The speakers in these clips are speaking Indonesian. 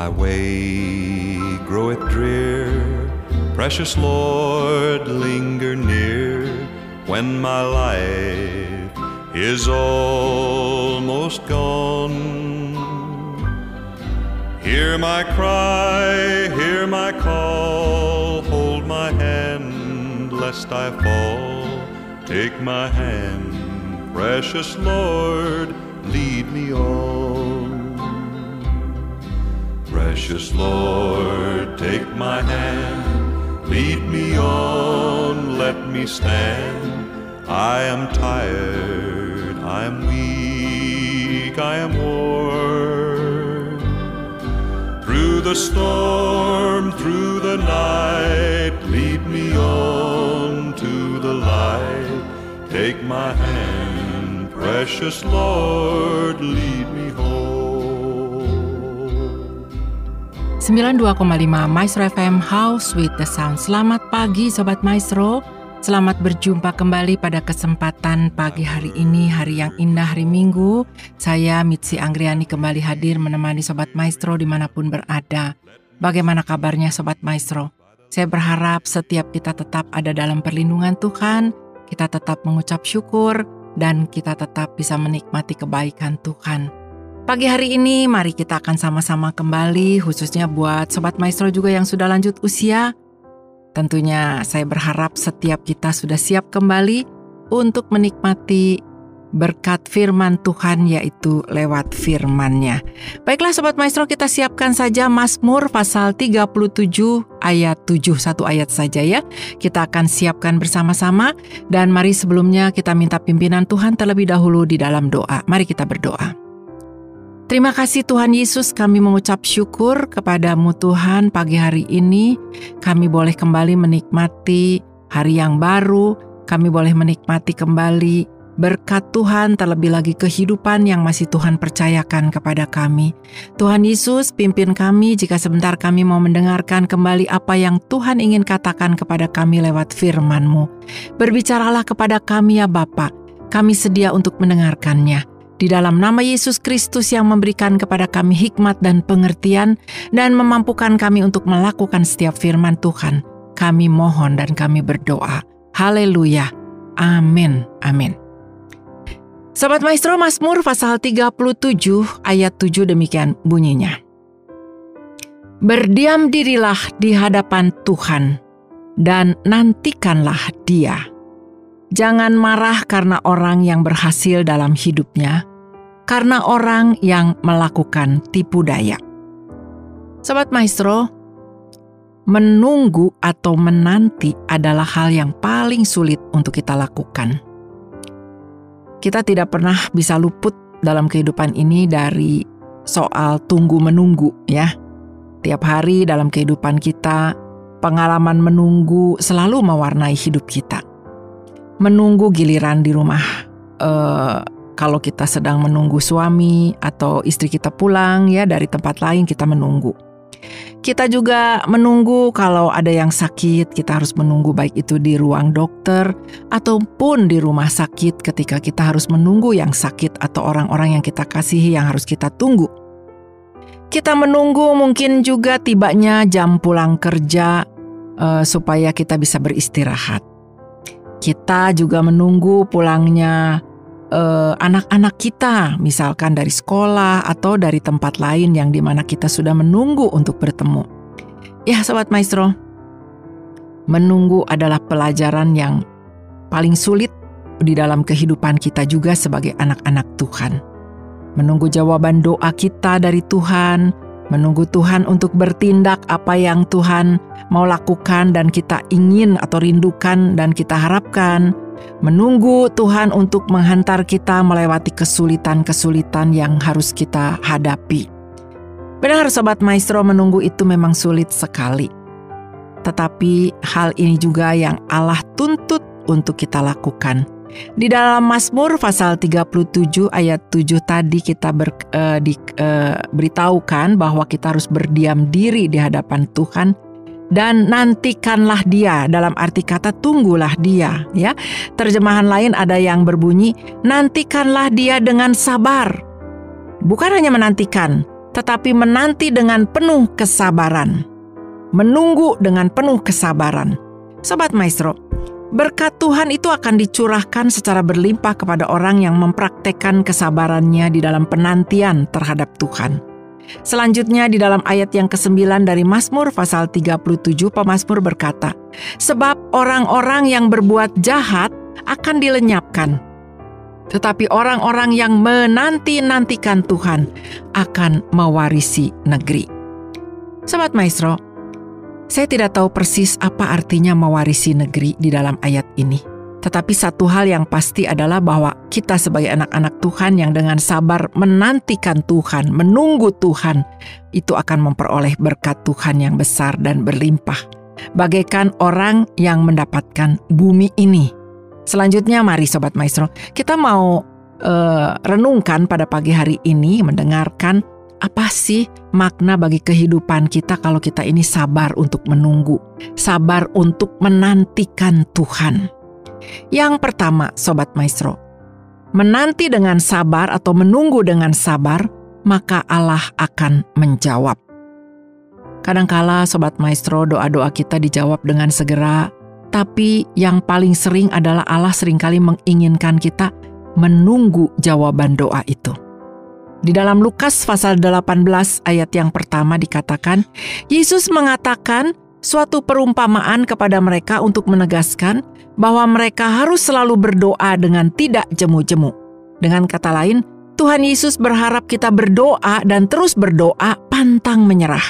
my way groweth drear, precious Lord, linger near, when my life is almost gone. Hear my cry, hear my call, hold my hand, lest I fall. Take my hand, precious Lord, lead me on. Precious Lord, take my hand, lead me on, let me stand. I am tired, I am weak, I am worn. Through the storm, through the night, lead me on to the light. Take my hand, precious Lord, lead me home. 92,5 Maestro FM House with the Sound. Selamat pagi Sobat Maestro. Selamat berjumpa kembali pada kesempatan pagi hari ini, hari yang indah, hari Minggu. Saya Mitzi Anggriani kembali hadir menemani Sobat Maestro dimanapun berada. Bagaimana kabarnya Sobat Maestro? Saya berharap setiap kita tetap ada dalam perlindungan Tuhan, kita tetap mengucap syukur, dan kita tetap bisa menikmati kebaikan Tuhan. Pagi hari ini mari kita akan sama-sama kembali, khususnya buat Sobat Maestro juga yang sudah lanjut usia. Tentunya saya berharap setiap kita sudah siap kembali untuk menikmati berkat firman Tuhan, yaitu lewat firman-Nya. Baiklah Sobat Maestro, kita siapkan saja Mazmur pasal 37 ayat 7, satu ayat saja ya. Kita akan siapkan bersama-sama, dan mari sebelumnya kita minta pimpinan Tuhan terlebih dahulu di dalam doa. Mari kita berdoa. Terima kasih Tuhan Yesus, kami mengucap syukur kepadamu Tuhan. Pagi hari ini kami boleh kembali menikmati hari yang baru, kami boleh menikmati kembali berkat Tuhan, terlebih lagi kehidupan yang masih Tuhan percayakan kepada kami. Tuhan Yesus, pimpin kami jika sebentar kami mau mendengarkan kembali apa yang Tuhan ingin katakan kepada kami lewat firman-Mu. Berbicaralah kepada kami ya Bapa, kami sedia untuk mendengarkannya. Di dalam nama Yesus Kristus yang memberikan kepada kami hikmat dan pengertian dan memampukan kami untuk melakukan setiap firman Tuhan, kami mohon dan kami berdoa. Haleluya. Amin. Amin. Sobat Maestro, Mazmur pasal 37 ayat 7 demikian bunyinya. Berdiam dirilah di hadapan Tuhan dan nantikanlah Dia. Jangan marah karena orang yang berhasil dalam hidupnya, karena orang yang melakukan tipu daya. Sobat Maestro, menunggu atau menanti adalah hal yang paling sulit untuk kita lakukan. Kita tidak pernah bisa luput dalam kehidupan ini dari soal tunggu-menunggu ya. Tiap hari dalam kehidupan kita, pengalaman menunggu selalu mewarnai hidup kita. Menunggu giliran di rumah, kalau kita sedang menunggu suami atau istri kita pulang ya dari tempat lain, kita menunggu. Kita juga menunggu kalau ada yang sakit, kita harus menunggu baik itu di ruang dokter ataupun di rumah sakit ketika kita harus menunggu yang sakit atau orang-orang yang kita kasihi yang harus kita tunggu. Kita menunggu mungkin juga tibanya jam pulang kerja supaya kita bisa beristirahat. Kita juga menunggu pulangnya anak-anak kita, misalkan dari sekolah atau dari tempat lain yang dimana kita sudah menunggu untuk bertemu. Ya Sobat Maestro, menunggu adalah pelajaran yang paling sulit di dalam kehidupan kita juga sebagai anak-anak Tuhan. Menunggu jawaban doa kita dari Tuhan, menunggu Tuhan untuk bertindak apa yang Tuhan mau lakukan dan kita ingin atau rindukan dan kita harapkan. Menunggu Tuhan untuk menghantar kita melewati kesulitan-kesulitan yang harus kita hadapi. Benar Sobat Maestro, menunggu itu memang sulit sekali. Tetapi hal ini juga yang Allah tuntut untuk kita lakukan. Di dalam Mazmur pasal 37 ayat 7 tadi kita beritahukan bahwa kita harus berdiam diri di hadapan Tuhan dan nantikanlah Dia, dalam arti kata tunggulah Dia ya. Terjemahan lain ada yang berbunyi nantikanlah Dia dengan sabar. Bukan hanya menantikan, tetapi menanti dengan penuh kesabaran. Menunggu dengan penuh kesabaran. Sobat Maestro, berkat Tuhan itu akan dicurahkan secara berlimpah kepada orang yang mempraktekkan kesabarannya di dalam penantian terhadap Tuhan. Selanjutnya di dalam ayat yang ke-9 dari Mazmur pasal 37, pemazmur berkata, "Sebab orang-orang yang berbuat jahat akan dilenyapkan, tetapi orang-orang yang menanti-nantikan Tuhan akan mewarisi negeri." Sobat Maestro, saya tidak tahu persis apa artinya mewarisi negeri di dalam ayat ini. Tetapi satu hal yang pasti adalah bahwa kita sebagai anak-anak Tuhan yang dengan sabar menantikan Tuhan, menunggu Tuhan, itu akan memperoleh berkat Tuhan yang besar dan berlimpah, bagaikan orang yang mendapatkan bumi ini. Selanjutnya mari Sobat Maestro, kita mau renungkan pada pagi hari ini, mendengarkan apa sih makna bagi kehidupan kita kalau kita ini sabar untuk menunggu, sabar untuk menantikan Tuhan. Yang pertama, Sobat Maestro, menanti dengan sabar atau menunggu dengan sabar, maka Allah akan menjawab. Kadangkala Sobat Maestro, doa-doa kita dijawab dengan segera, tapi yang paling sering adalah Allah seringkali menginginkan kita menunggu jawaban doa itu. Di dalam Lukas pasal 18 ayat yang pertama dikatakan, Yesus mengatakan suatu perumpamaan kepada mereka untuk menegaskan bahwa mereka harus selalu berdoa dengan tidak jemu-jemu. Dengan kata lain, Tuhan Yesus berharap kita berdoa dan terus berdoa pantang menyerah.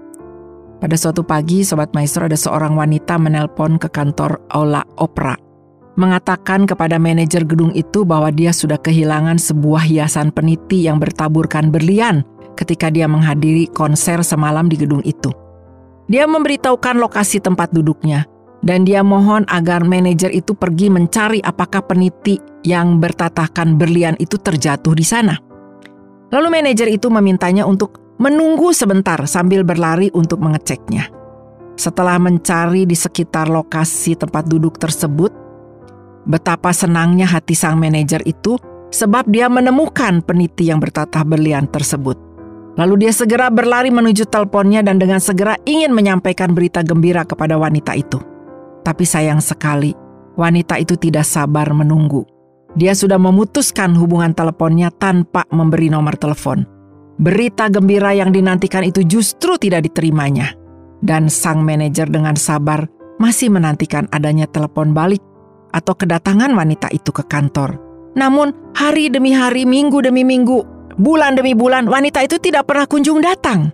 Pada suatu pagi, Sobat Maestro, ada seorang wanita menelpon ke kantor Aula Opera, mengatakan kepada manajer gedung itu bahwa dia sudah kehilangan sebuah hiasan peniti yang bertaburkan berlian ketika dia menghadiri konser semalam di gedung itu. Dia memberitahukan lokasi tempat duduknya, dan dia mohon agar manajer itu pergi mencari apakah peniti yang bertatahkan berlian itu terjatuh di sana. Lalu manajer itu memintanya untuk menunggu sebentar sambil berlari untuk mengeceknya. Setelah mencari di sekitar lokasi tempat duduk tersebut, betapa senangnya hati sang manajer itu sebab dia menemukan peniti yang bertatah berlian tersebut. Lalu dia segera berlari menuju teleponnya dan dengan segera ingin menyampaikan berita gembira kepada wanita itu. Tapi sayang sekali, wanita itu tidak sabar menunggu. Dia sudah memutuskan hubungan teleponnya tanpa memberi nomor telepon. Berita gembira yang dinantikan itu justru tidak diterimanya. Dan sang manajer dengan sabar masih menantikan adanya telepon balik atau kedatangan wanita itu ke kantor. Namun hari demi hari, minggu demi minggu, bulan demi bulan, wanita itu tidak pernah kunjung datang.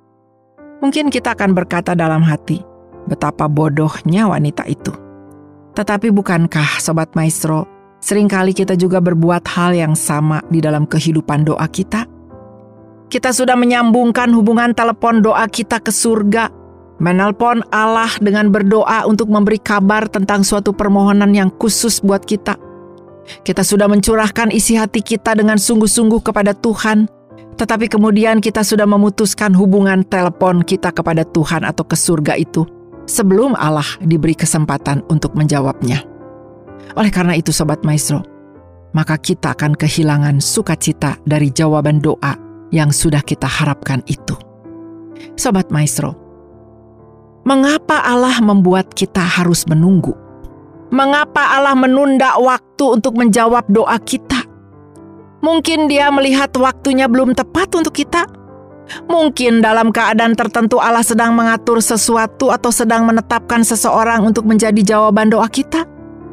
Mungkin kita akan berkata dalam hati, betapa bodohnya wanita itu. Tetapi bukankah Sobat Maestro, seringkali kita juga berbuat hal yang sama di dalam kehidupan doa kita? Kita sudah menyambungkan hubungan telepon doa kita ke surga, menelpon Allah dengan berdoa untuk memberi kabar tentang suatu permohonan yang khusus buat kita. Kita sudah mencurahkan isi hati kita dengan sungguh-sungguh kepada Tuhan, tetapi kemudian kita sudah memutuskan hubungan telepon kita kepada Tuhan atau ke surga itu sebelum Allah diberi kesempatan untuk menjawabnya. Oleh karena itu Sobat Maestro, maka kita akan kehilangan sukacita dari jawaban doa yang sudah kita harapkan itu. Sobat Maestro, mengapa Allah membuat kita harus menunggu? Mengapa Allah menunda waktu untuk menjawab doa kita? Mungkin Dia melihat waktunya belum tepat untuk kita. Mungkin dalam keadaan tertentu Allah sedang mengatur sesuatu atau sedang menetapkan seseorang untuk menjadi jawaban doa kita.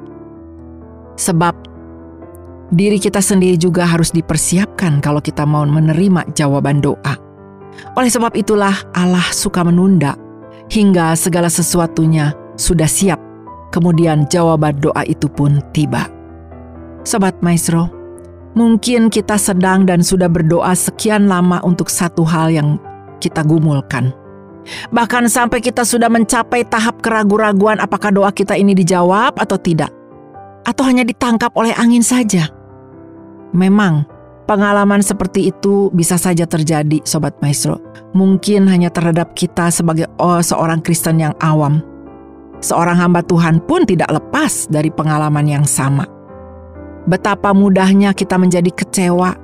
Sebab diri kita sendiri juga harus dipersiapkan kalau kita mau menerima jawaban doa. Oleh sebab itulah Allah suka menunda hingga segala sesuatunya sudah siap. Kemudian jawaban doa itu pun tiba. Sobat Maestro, mungkin kita sedang dan sudah berdoa sekian lama untuk satu hal yang kita gumulkan. Bahkan sampai kita sudah mencapai tahap keraguan-raguan apakah doa kita ini dijawab atau tidak. Atau hanya ditangkap oleh angin saja. Memang pengalaman seperti itu bisa saja terjadi Sobat Maestro. Mungkin hanya terhadap kita sebagai seorang Kristen yang awam. Seorang hamba Tuhan pun tidak lepas dari pengalaman yang sama. Betapa mudahnya kita menjadi kecewa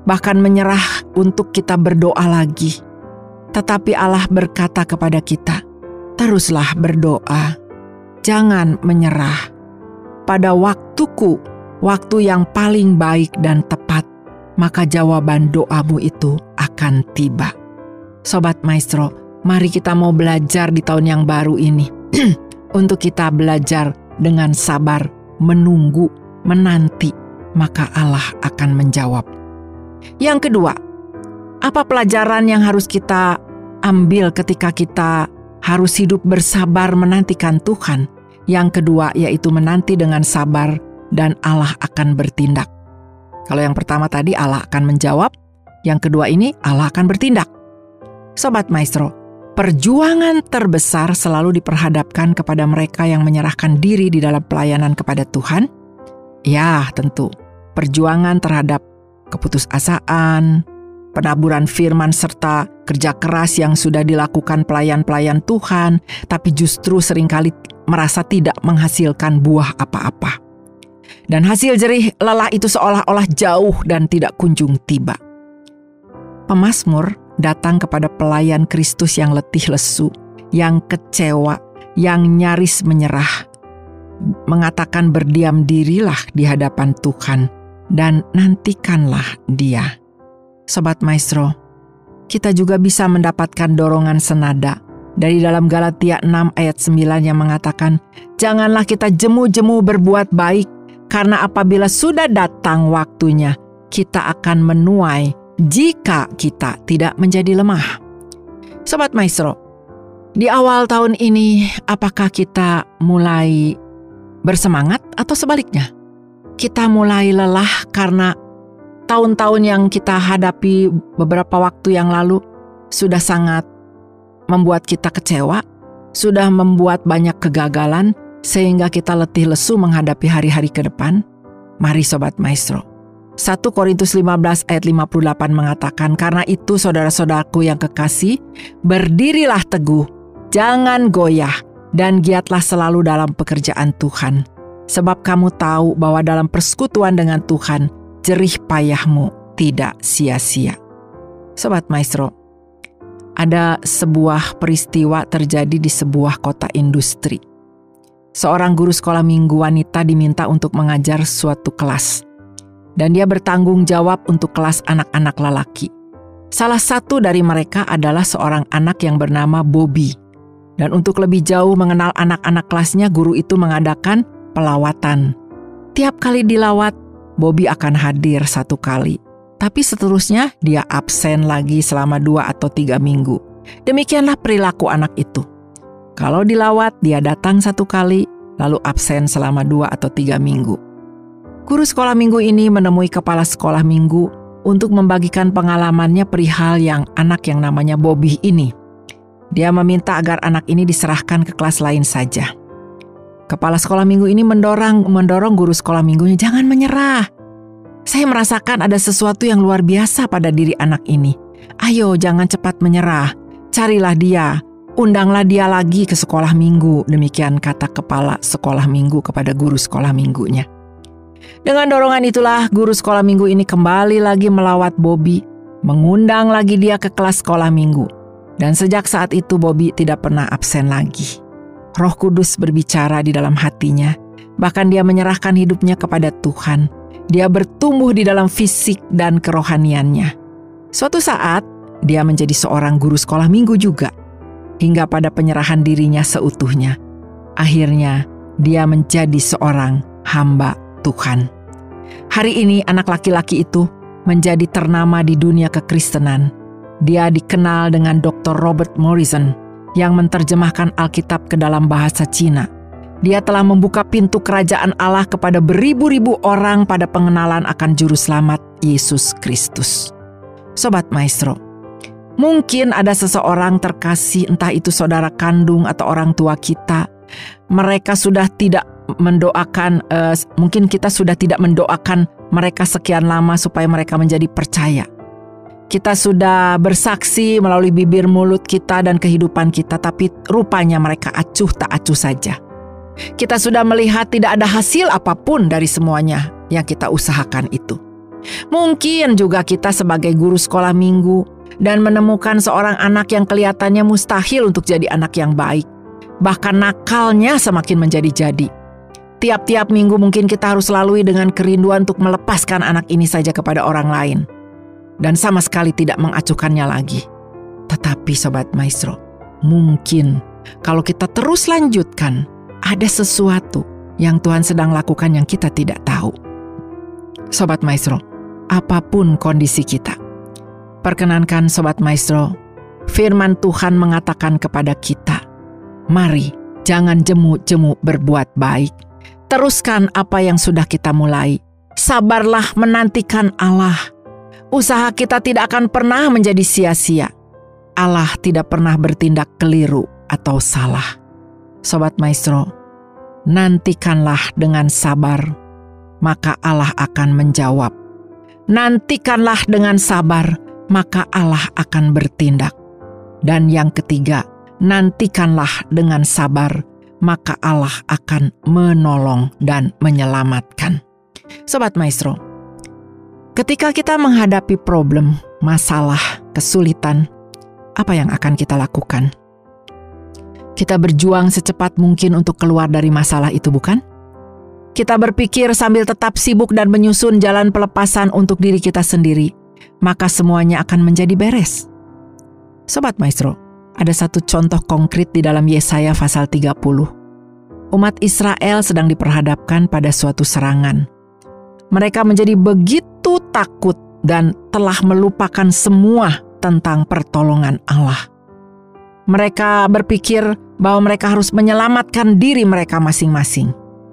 bahkan menyerah untuk kita berdoa lagi. Tetapi Allah berkata kepada kita, teruslah berdoa, jangan menyerah. Pada waktuku, waktu yang paling baik dan tepat, maka jawaban doamu itu akan tiba. Sobat Maestro, mari kita mau belajar di tahun yang baru ini untuk kita belajar dengan sabar, menunggu, menanti, maka Allah akan menjawab. Yang kedua, apa pelajaran yang harus kita ambil ketika kita harus hidup bersabar menantikan Tuhan? Yang kedua yaitu menanti dengan sabar dan Allah akan bertindak. Kalau yang pertama tadi Allah akan menjawab, yang kedua ini Allah akan bertindak. Sobat Maestro, perjuangan terbesar selalu diperhadapkan kepada mereka yang menyerahkan diri di dalam pelayanan kepada Tuhan. Ya, tentu. Perjuangan terhadap keputusasaan, penaburan firman serta kerja keras yang sudah dilakukan pelayan-pelayan Tuhan, tapi justru seringkali merasa tidak menghasilkan buah apa-apa. Dan hasil jerih lelah itu seolah-olah jauh dan tidak kunjung tiba. Pemazmur datang kepada pelayan Kristus yang letih lesu, yang kecewa, yang nyaris menyerah. Mengatakan berdiam dirilah di hadapan Tuhan dan nantikanlah Dia. Sobat Maestro, kita juga bisa mendapatkan dorongan senada dari dalam Galatia 6 ayat 9 yang mengatakan, janganlah kita jemu-jemu berbuat baik, karena apabila sudah datang waktunya, kita akan menuai jika kita tidak menjadi lemah. Sobat Maestro, di awal tahun ini, apakah kita mulai bersemangat atau sebaliknya? Kita mulai lelah karena tahun-tahun yang kita hadapi beberapa waktu yang lalu sudah sangat membuat kita kecewa, sudah membuat banyak kegagalan, sehingga kita letih lesu menghadapi hari-hari ke depan. Mari Sobat Maestro, 1 Korintus 15 ayat 58 mengatakan, karena itu saudara-saudaraku yang kekasih, berdirilah teguh, jangan goyah, dan giatlah selalu dalam pekerjaan Tuhan. Sebab kamu tahu bahwa dalam persekutuan dengan Tuhan, jerih payahmu tidak sia-sia. Sobat Maestro, ada sebuah peristiwa terjadi di sebuah kota industri. Seorang guru sekolah minggu wanita diminta untuk mengajar suatu kelas. Dan dia bertanggung jawab untuk kelas anak-anak lelaki. Salah satu dari mereka adalah seorang anak yang bernama Bobby. Dan untuk lebih jauh mengenal anak-anak kelasnya, guru itu mengadakan pelawatan. Tiap kali dilawat, Bobby akan hadir 1 kali. Tapi seterusnya dia absen lagi selama 2 atau 3 minggu. Demikianlah perilaku anak itu. Kalau dilawat, dia datang 1 kali, lalu absen selama 2 atau 3 minggu. Guru sekolah minggu ini menemui kepala sekolah minggu untuk membagikan pengalamannya perihal yang anak yang namanya Bobby ini. Dia meminta agar anak ini diserahkan ke kelas lain saja. Kepala sekolah minggu ini mendorong guru sekolah minggunya, jangan menyerah. Saya merasakan ada sesuatu yang luar biasa pada diri anak ini. Ayo, jangan cepat menyerah. Carilah dia, undanglah dia lagi ke sekolah minggu. Demikian kata kepala sekolah minggu kepada guru sekolah minggunya. Dengan dorongan itulah guru sekolah minggu ini kembali lagi melawat Bobby, mengundang lagi dia ke kelas sekolah minggu. Dan sejak saat itu Bobby tidak pernah absen lagi. Roh Kudus berbicara di dalam hatinya. Bahkan dia menyerahkan hidupnya kepada Tuhan. Dia bertumbuh di dalam fisik dan kerohaniannya. Suatu saat, dia menjadi seorang guru sekolah minggu juga. Hingga pada penyerahan dirinya seutuhnya. Akhirnya, dia menjadi seorang hamba Tuhan. Hari ini anak laki-laki itu menjadi ternama di dunia kekristenan. Dia dikenal dengan Dr. Robert Morrison yang menerjemahkan Alkitab ke dalam bahasa Cina. Dia telah membuka pintu kerajaan Allah kepada beribu-ribu orang pada pengenalan akan Juru Selamat Yesus Kristus. Sobat Maestro, mungkin ada seseorang terkasih, entah itu saudara kandung atau orang tua kita. Mereka sudah tidak mendoakan, mungkin kita sudah tidak mendoakan mereka sekian lama supaya mereka menjadi percaya. Kita sudah bersaksi melalui bibir mulut kita dan kehidupan kita, tapi rupanya mereka acuh tak acuh saja. Kita sudah melihat tidak ada hasil apapun dari semuanya yang kita usahakan itu. Mungkin juga kita sebagai guru sekolah minggu dan menemukan seorang anak yang kelihatannya mustahil untuk jadi anak yang baik. Bahkan nakalnya semakin menjadi-jadi. Tiap-tiap minggu mungkin kita harus lalui dengan kerinduan untuk melepaskan anak ini saja kepada orang lain. Dan sama sekali tidak mengacuhkannya lagi. Tetapi Sobat Maestro, mungkin kalau kita terus lanjutkan, ada sesuatu yang Tuhan sedang lakukan yang kita tidak tahu. Sobat Maestro, apapun kondisi kita, perkenankan Sobat Maestro, firman Tuhan mengatakan kepada kita, mari jangan jemu-jemu berbuat baik. Teruskan apa yang sudah kita mulai. Sabarlah menantikan Allah. Usaha kita tidak akan pernah menjadi sia-sia. Allah tidak pernah bertindak keliru atau salah. Sobat Maestro, nantikanlah dengan sabar, maka Allah akan menjawab. Nantikanlah dengan sabar, maka Allah akan bertindak. Dan yang ketiga, nantikanlah dengan sabar, maka Allah akan menolong dan menyelamatkan. Sobat Maestro, ketika kita menghadapi problem, masalah, kesulitan, apa yang akan kita lakukan? Kita berjuang secepat mungkin untuk keluar dari masalah itu, bukan? Kita berpikir sambil tetap sibuk dan menyusun jalan pelepasan untuk diri kita sendiri, maka semuanya akan menjadi beres. Sobat Maestro, ada satu contoh konkret di dalam Yesaya pasal 30. Umat Israel sedang diperhadapkan pada suatu serangan. Mereka menjadi begitu takut dan telah melupakan semua tentang pertolongan Allah. Mereka berpikir bahwa mereka harus menyelamatkan diri mereka masing-masing.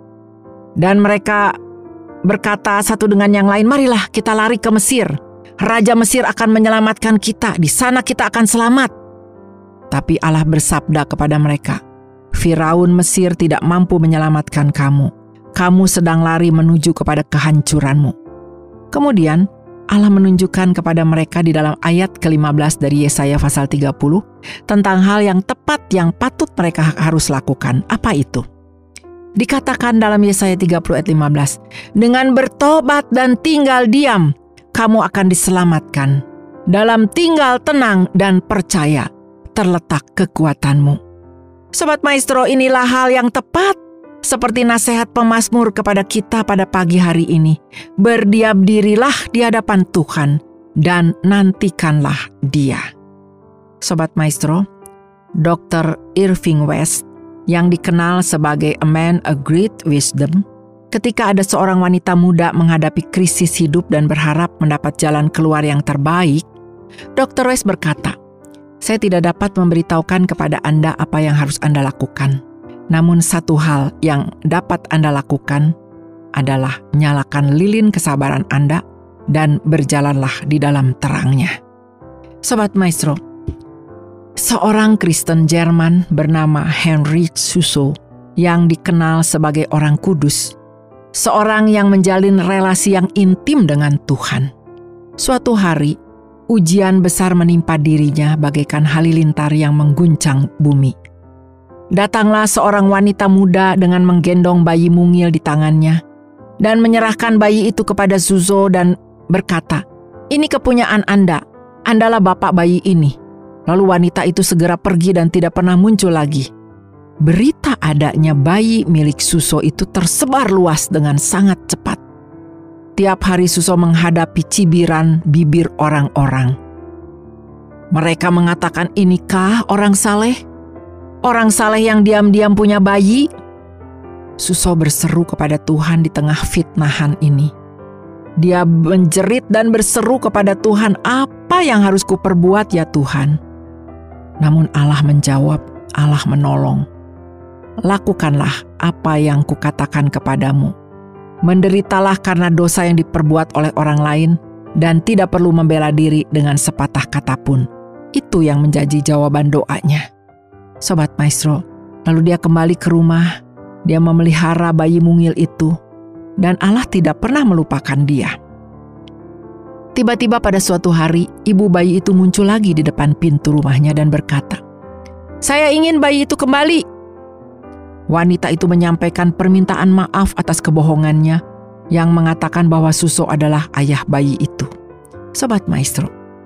Dan mereka berkata satu dengan yang lain, marilah kita lari ke Mesir. Raja Mesir akan menyelamatkan kita, di sana kita akan selamat. Tapi Allah bersabda kepada mereka, Firaun Mesir tidak mampu menyelamatkan kamu. Kamu sedang lari menuju kepada kehancuranmu. Kemudian Allah menunjukkan kepada mereka di dalam ayat ke-15 dari Yesaya pasal 30 tentang hal yang tepat yang patut mereka harus lakukan. Apa itu? Dikatakan dalam Yesaya 30 ayat 15, dengan bertobat dan tinggal diam, kamu akan diselamatkan. Dalam tinggal tenang dan percaya, terletak kekuatanmu. Sobat Maestro, inilah hal yang tepat. Seperti nasihat pemazmur kepada kita pada pagi hari ini. Berdiam dirilah di hadapan Tuhan dan nantikanlah Dia. Sobat Maestro, Dr. Irving West yang dikenal sebagai a man of great wisdom, ketika ada seorang wanita muda menghadapi krisis hidup dan berharap mendapat jalan keluar yang terbaik, Dr. West berkata, saya tidak dapat memberitahukan kepada Anda apa yang harus Anda lakukan. Namun satu hal yang dapat Anda lakukan adalah nyalakan lilin kesabaran Anda dan berjalanlah di dalam terangnya. Sobat Maestro, seorang Kristen Jerman bernama Heinrich Suso yang dikenal sebagai orang kudus, seorang yang menjalin relasi yang intim dengan Tuhan. Suatu hari, ujian besar menimpa dirinya bagaikan halilintar yang mengguncang bumi. Datanglah seorang wanita muda dengan menggendong bayi mungil di tangannya dan menyerahkan bayi itu kepada Suso dan berkata, ini kepunyaan Anda, Andalah bapak bayi ini. Lalu wanita itu segera pergi dan tidak pernah muncul lagi. Berita adanya bayi milik Suso itu tersebar luas dengan sangat cepat. Tiap hari Suso menghadapi cibiran bibir orang-orang. Mereka mengatakan, inikah orang saleh? Orang saleh yang diam-diam punya bayi? Suso berseru kepada Tuhan di tengah fitnahan ini. Dia menjerit dan berseru kepada Tuhan, apa yang harus kuperbuat ya Tuhan? Namun Allah menjawab, Allah menolong. Lakukanlah apa yang kukatakan kepadamu. Menderitalah karena dosa yang diperbuat oleh orang lain dan tidak perlu membela diri dengan sepatah kata pun. Itu yang menjadi jawaban doanya. Sobat Maestro, lalu dia kembali ke rumah, dia memelihara bayi mungil itu, dan Allah tidak pernah melupakan dia. Tiba-tiba pada suatu hari, ibu bayi itu muncul lagi di depan pintu rumahnya dan berkata, saya ingin bayi itu kembali. Wanita itu menyampaikan permintaan maaf atas kebohongannya, yang mengatakan bahwa Suso adalah ayah bayi itu. Sobat Maestro,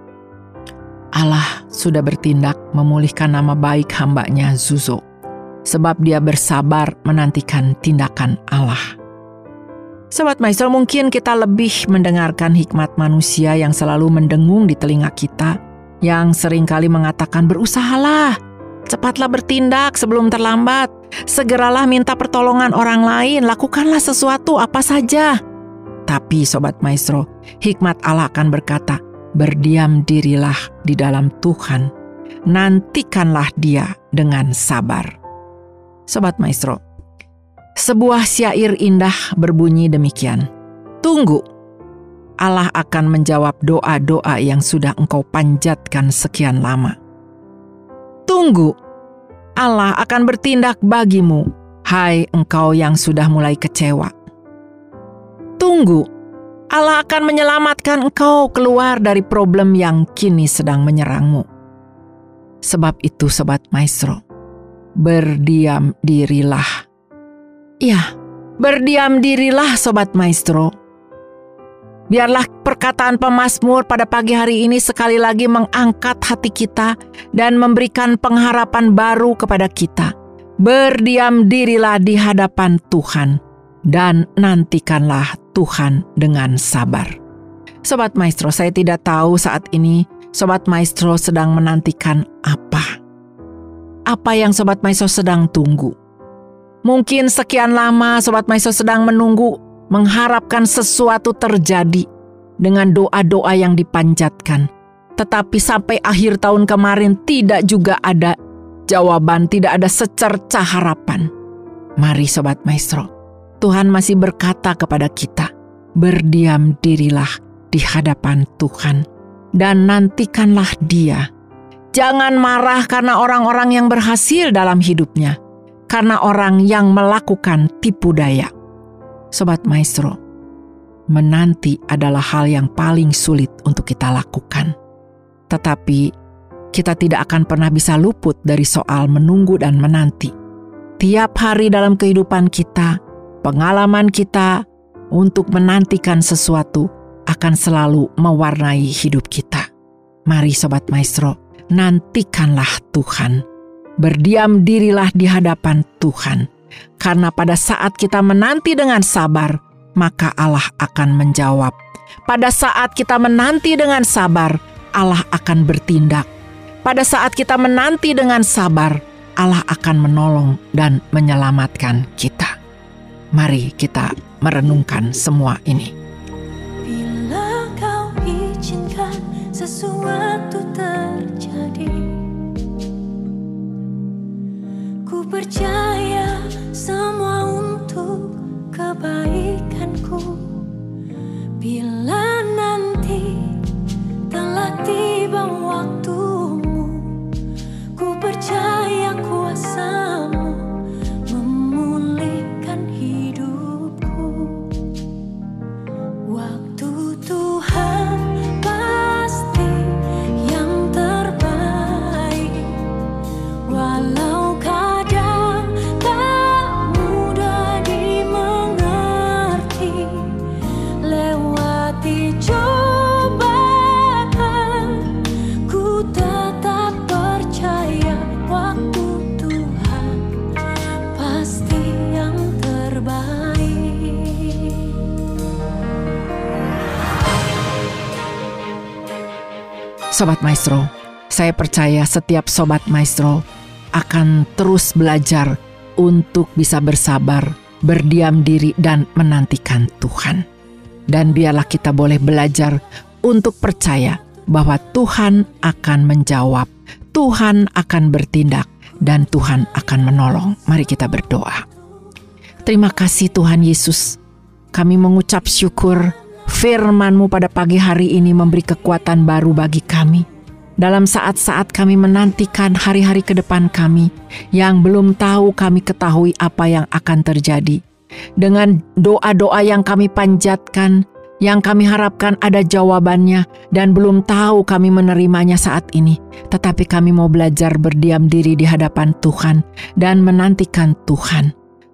Allah sudah bertindak memulihkan nama baik hambanya Suso, sebab dia bersabar menantikan tindakan Allah. Sobat Maestro, mungkin kita lebih mendengarkan hikmat manusia yang selalu mendengung di telinga kita, yang seringkali mengatakan berusahalah, cepatlah bertindak sebelum terlambat, segeralah minta pertolongan orang lain, lakukanlah sesuatu apa saja. Tapi Sobat Maestro, hikmat Allah akan berkata, berdiam dirilah di dalam Tuhan, nantikanlah Dia dengan sabar. Sobat Maestro, sebuah syair indah berbunyi demikian, tunggu, Allah akan menjawab doa-doa yang sudah engkau panjatkan sekian lama. Tunggu, Allah akan bertindak bagimu, hai engkau yang sudah mulai kecewa. Tunggu, Allah akan menyelamatkan engkau keluar dari problem yang kini sedang menyerangmu. Sebab itu Sobat Maestro, berdiam dirilah. Ya, berdiam dirilah Sobat Maestro. Biarlah perkataan pemazmur pada pagi hari ini sekali lagi mengangkat hati kita dan memberikan pengharapan baru kepada kita. Berdiam dirilah di hadapan Tuhan dan nantikanlah Tuhan dengan sabar. Sobat Maestro, saya tidak tahu saat ini Sobat Maestro sedang menantikan apa. Apa yang Sobat Maestro sedang tunggu? Mungkin sekian lama Sobat Maestro sedang menunggu, mengharapkan sesuatu terjadi dengan doa-doa yang dipanjatkan. Tetapi sampai akhir tahun kemarin tidak juga ada jawaban, tidak ada secerca harapan. Mari Sobat Maestro, Tuhan masih berkata kepada kita, berdiam dirilah di hadapan Tuhan dan nantikanlah Dia. Jangan marah karena orang-orang yang berhasil dalam hidupnya, karena orang yang melakukan tipu daya. Sobat Maestro, menanti adalah hal yang paling sulit untuk kita lakukan. Tetapi kita tidak akan pernah bisa luput dari soal menunggu dan menanti. Tiap hari dalam kehidupan kita, pengalaman kita untuk menantikan sesuatu akan selalu mewarnai hidup kita. Mari Sobat Maestro, nantikanlah Tuhan. Berdiam dirilah di hadapan Tuhan. Karena pada saat kita menanti dengan sabar, maka Allah akan menjawab. Pada saat kita menanti dengan sabar, Allah akan bertindak. Pada saat kita menanti dengan sabar, Allah akan menolong dan menyelamatkan kita. Mari kita merenungkan semua ini. Bila kau izinkan sesuatu terjadi, ku percaya semua untuk kebaikanku. Bila nanti telah tiba waktumu, ku percaya kuasa-Mu memulihkan hidupku. Waktu Tuhan pasti yang terbaik, walau kadang tak mudah dimengerti. Lewati cobaan, ku tetap percaya waktu Tuhan pasti yang terbaik. Sobat Maestro, saya percaya setiap Sobat Maestro akan terus belajar untuk bisa bersabar, berdiam diri dan menantikan Tuhan. Dan biarlah kita boleh belajar untuk percaya bahwa Tuhan akan menjawab, Tuhan akan bertindak, dan Tuhan akan menolong. Mari kita berdoa. Terima kasih Tuhan Yesus. Kami mengucap syukur firman-Mu pada pagi hari ini memberi kekuatan baru bagi kami. Dalam saat-saat kami menantikan hari-hari ke depan kami yang belum tahu kami ketahui apa yang akan terjadi. Dengan doa-doa yang kami panjatkan, yang kami harapkan ada jawabannya dan belum tahu kami menerimanya saat ini. Tetapi kami mau belajar berdiam diri di hadapan Tuhan dan menantikan Tuhan.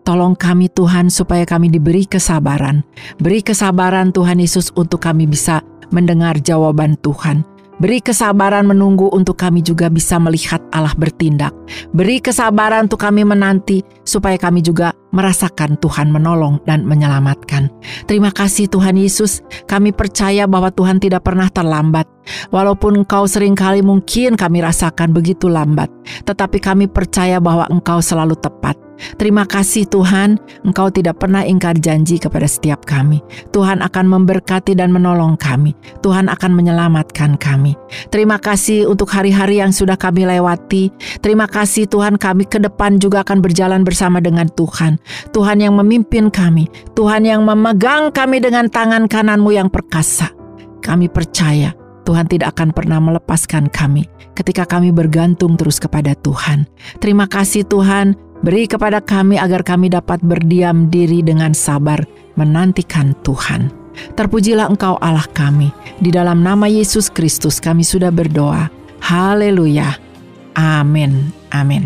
Tolong kami Tuhan supaya kami diberi kesabaran. Beri kesabaran Tuhan Yesus untuk kami bisa mendengar jawaban Tuhan. Beri kesabaran menunggu untuk kami juga bisa melihat Allah bertindak. Beri kesabaran untuk kami menanti supaya kami juga merasakan Tuhan menolong dan menyelamatkan. Terima kasih Tuhan Yesus, kami percaya bahwa Tuhan tidak pernah terlambat. Walaupun Engkau seringkali mungkin kami rasakan begitu lambat, tetapi kami percaya bahwa Engkau selalu tepat. Terima kasih Tuhan, Engkau tidak pernah ingkar janji kepada setiap kami. Tuhan akan memberkati dan menolong kami. Tuhan akan menyelamatkan kami. Terima kasih untuk hari-hari yang sudah kami lewati. Terima kasih Tuhan, kami ke depan juga akan berjalan bersama dengan Tuhan. Tuhan yang memimpin kami. Tuhan yang memegang kami dengan tangan kanan-Mu yang perkasa. Kami percaya Tuhan tidak akan pernah melepaskan kami ketika kami bergantung terus kepada Tuhan. Terima kasih Tuhan, beri kepada kami agar kami dapat berdiam diri dengan sabar menantikan Tuhan. Terpujilah Engkau Allah kami. Di dalam nama Yesus Kristus kami sudah berdoa. Haleluya. Amin. Amin.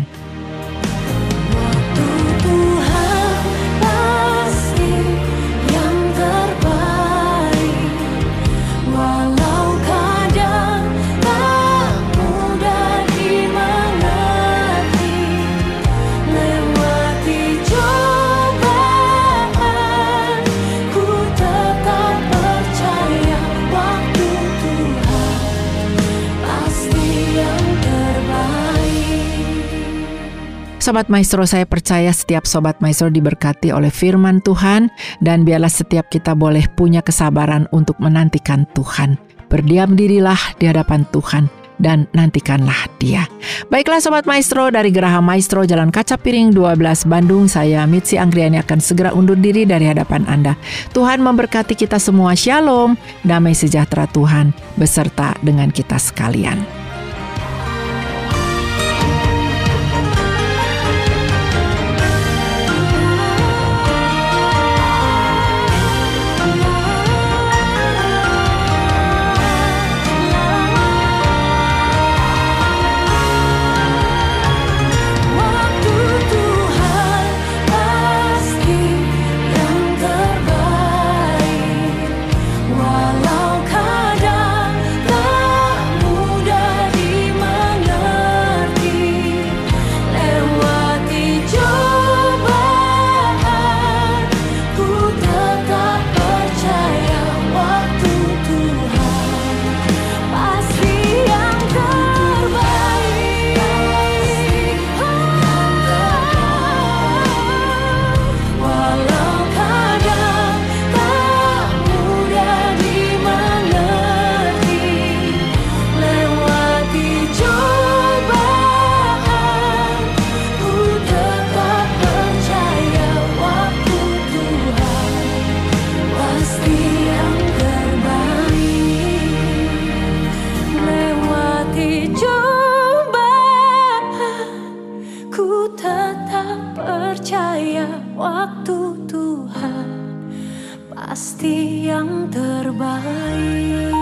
Sobat Maestro, saya percaya setiap Sobat Maestro diberkati oleh firman Tuhan, dan biarlah setiap kita boleh punya kesabaran untuk menantikan Tuhan. Berdiam dirilah di hadapan Tuhan dan nantikanlah Dia. Baiklah Sobat Maestro, dari Geraha Maestro Jalan Kaca Piring 12 Bandung, saya Mitzi Anggriani akan segera undur diri dari hadapan Anda. Tuhan memberkati kita semua. Shalom, damai sejahtera Tuhan beserta dengan kita sekalian. Waktu Tuhan pasti yang terbaik.